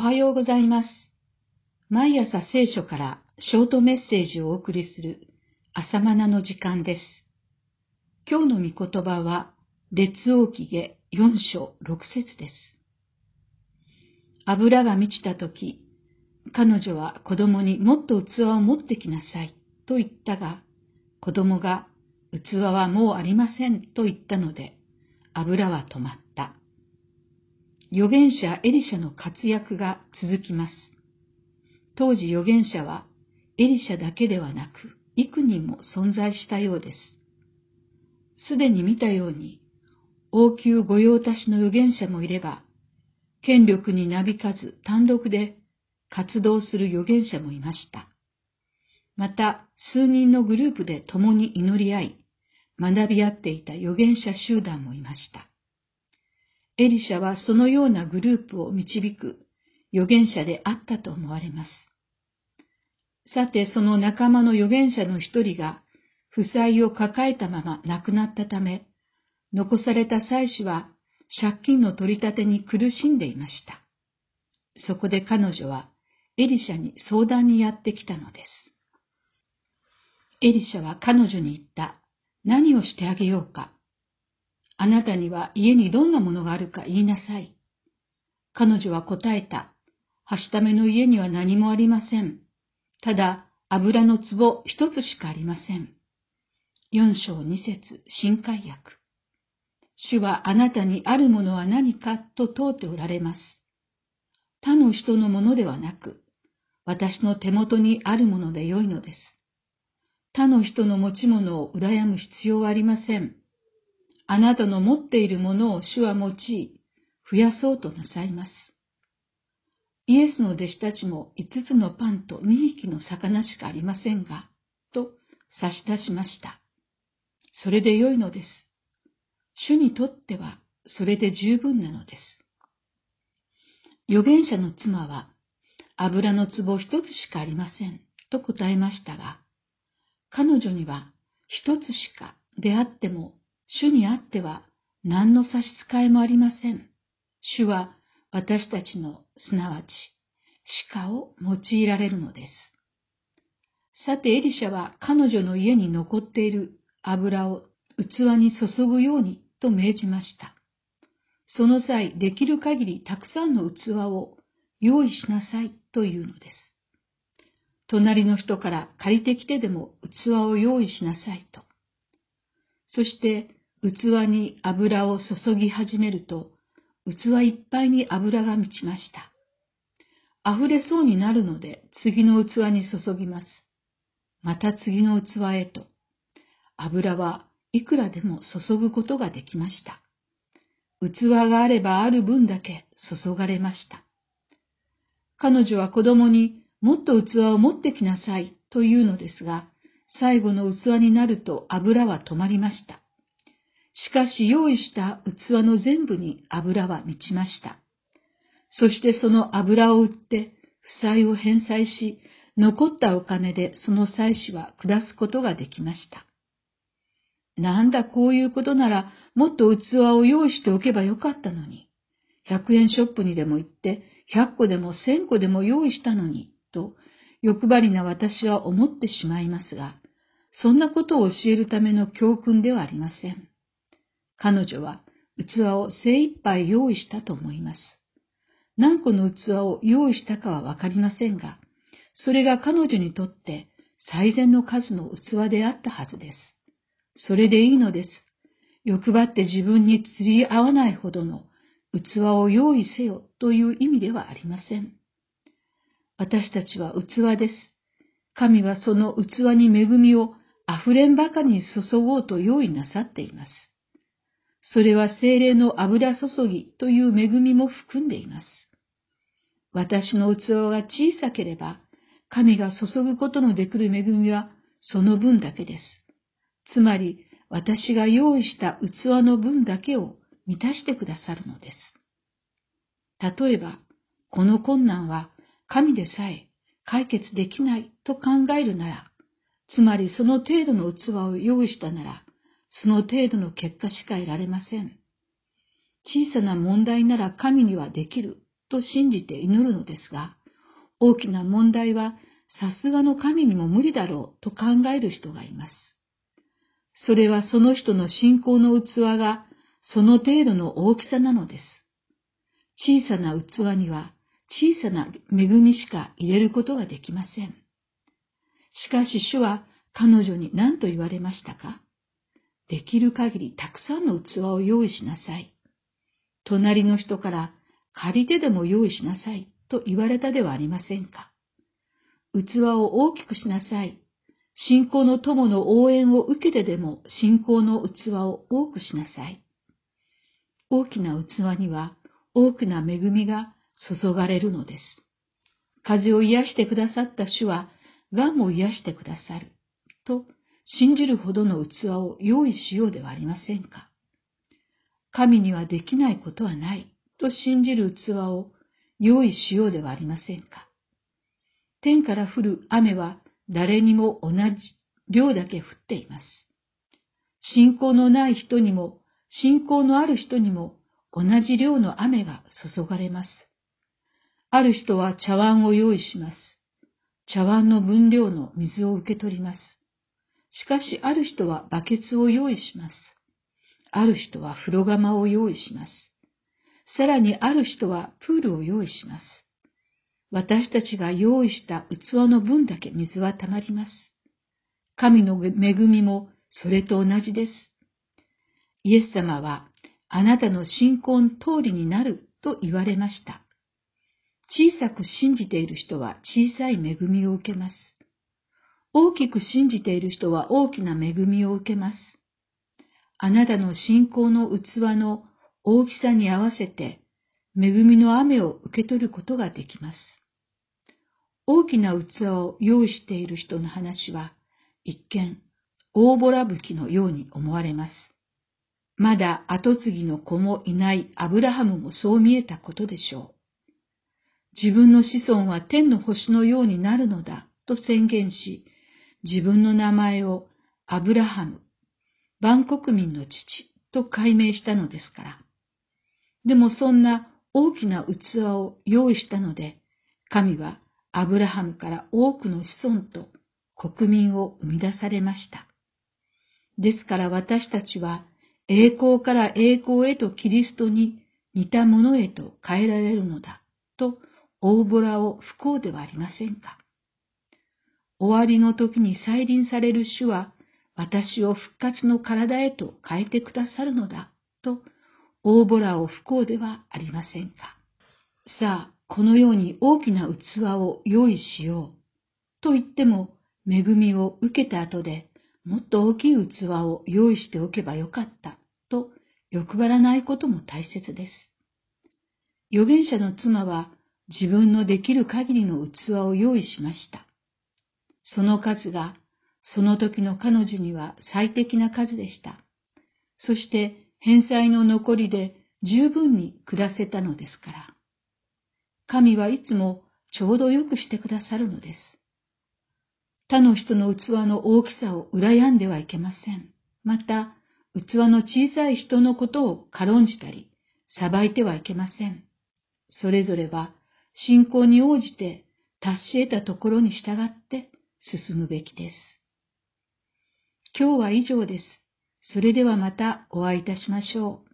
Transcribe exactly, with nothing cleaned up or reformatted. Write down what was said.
はようございます。毎朝聖書からショートメッセージをお送りする朝マナの時間です。今日の御言葉は列王記下よん章ろく節です。油が満ちたとき、彼女は子供にもっと器を持ってきなさいと言ったが、子供が器はもうありませんと言ったので、油は止まった。預言者エリシャの活躍が続きます。当時預言者はエリシャだけではなく幾人も存在したようです。すでに見たように王宮御用達の預言者もいれば、権力になびかず単独で活動する預言者もいました。また数人のグループで共に祈り合い、学び合っていた預言者集団もいました。エリシャはそのようなグループを導く預言者であったと思われます。さて、その仲間の預言者の一人が負債を抱えたまま亡くなったため、残された祭司は借金の取り立てに苦しんでいました。そこで彼女はエリシャに相談にやってきたのです。エリシャは彼女に言った。何をしてあげようか。あなたには家にどんなものがあるか言いなさい。彼女は答えた。はしための家には何もありません。ただ油の壺一つしかありません。よん章に節新海訳。主はあなたにあるものは何かと問うておられます。他の人のものではなく、私の手元にあるものでよいのです。他の人の持ち物を羨む必要はありません。あなたの持っているものを主は用い、増やそうとなさいます。イエスの弟子たちも五つのパンと二匹の魚しかありませんが、と差し出しました。それでよいのです。主にとってはそれで十分なのです。預言者の妻は、油の壺一つしかありません、と答えましたが、彼女には一つしかであっても、主にあっては何の差し支えもありません。主は私たちのすなわち歯科を用いられるのです。さてエリシャは彼女の家に残っている油を器に注ぐようにと命じました。その際できる限りたくさんの器を用意しなさいというのです。隣の人から借りてきてでも器を用意しなさいと。そして器に油を注ぎ始めると、器いっぱいに油が満ちました。溢れそうになるので次の器に注ぎます。また次の器へと。油はいくらでも注ぐことができました。器があればある分だけ注がれました。彼女は子供にもっと器を持ってきなさいというのですが、最後の器になると油は止まりました。しかし用意した器の全部に油は満ちました。そしてその油を売って負債を返済し、残ったお金でその妻子は下すことができました。なんだこういうことならもっと器を用意しておけばよかったのに、ひゃくえんショップにでも行ってひゃっこでもせんこでも用意したのに、と欲張りな私は思ってしまいますが、そんなことを教えるための教訓ではありません。彼女は器を精一杯用意したと思います。何個の器を用意したかはわかりませんが、それが彼女にとって最善の数の器であったはずです。それでいいのです。欲張って自分に釣り合わないほどの器を用意せよという意味ではありません。私たちは器です。神はその器に恵みをあふれんばかりに注ごうと用意なさっています。それは聖霊の油注ぎという恵みも含んでいます。私の器が小さければ、神が注ぐことのできる恵みはその分だけです。つまり、私が用意した器の分だけを満たしてくださるのです。例えば、この困難は神でさえ解決できないと考えるなら、つまりその程度の器を用意したなら、その程度の結果しか得られません。小さな問題なら神にはできると信じて祈るのですが、大きな問題はさすがの神にも無理だろうと考える人がいます。それはその人の信仰の器がその程度の大きさなのです。小さな器には小さな恵みしか入れることができません。しかし主は彼女に何と言われましたか？できる限りたくさんの器を用意しなさい。隣の人から借りてでも用意しなさいと言われたではありませんか。器を大きくしなさい。信仰の友の応援を受けてでも信仰の器を多くしなさい。大きな器には多くな恵みが注がれるのです。風邪を癒してくださった主は、がんも癒してくださる。と信じるほどの器を用意しようではありませんか。神にはできないことはないと信じる器を用意しようではありませんか。天から降る雨は誰にも同じ量だけ降っています。信仰のない人にも信仰のある人にも同じ量の雨が注がれます。ある人は茶碗を用意します。茶碗の分量の水を受け取ります。しかしある人はバケツを用意します。ある人は風呂釜を用意します。さらにある人はプールを用意します。私たちが用意した器の分だけ水はたまります。神の恵みもそれと同じです。イエス様はあなたの信仰の通りになると言われました。小さく信じている人は小さい恵みを受けます。大きく信じている人は大きな恵みを受けます。あなたの信仰の器の大きさに合わせて恵みの雨を受け取ることができます。大きな器を用意している人の話は一見大ぼら吹きのように思われます。まだ後継ぎの子もいないアブラハムもそう見えたことでしょう。自分の子孫は天の星のようになるのだと宣言し、自分の名前をアブラハム、万国民の父と改名したのですから。でもそんな大きな器を用意したので、神はアブラハムから多くの子孫と国民を生み出されました。ですから私たちは栄光から栄光へとキリストに似たものへと変えられるのだと大ぼらを吹こうではありませんか。終わりの時に再臨される主は私を復活の体へと変えてくださるのだと大ぼらを吹こうではありませんか。さあ、このように大きな器を用意しようと言っても恵みを受けた後でもっと大きい器を用意しておけばよかったと欲張らないことも大切です。預言者の妻は自分のできる限りの器を用意しました。その数がその時の彼女には最適な数でした。そして返済の残りで十分に下せたのですから。神はいつもちょうどよくしてくださるのです。他の人の器の大きさを羨んではいけません。また、器の小さい人のことを軽んじたり、裁いてはいけません。それぞれは信仰に応じて達し得たところに従って進むべきです。今日は以上です。それではまたお会いいたしましょう。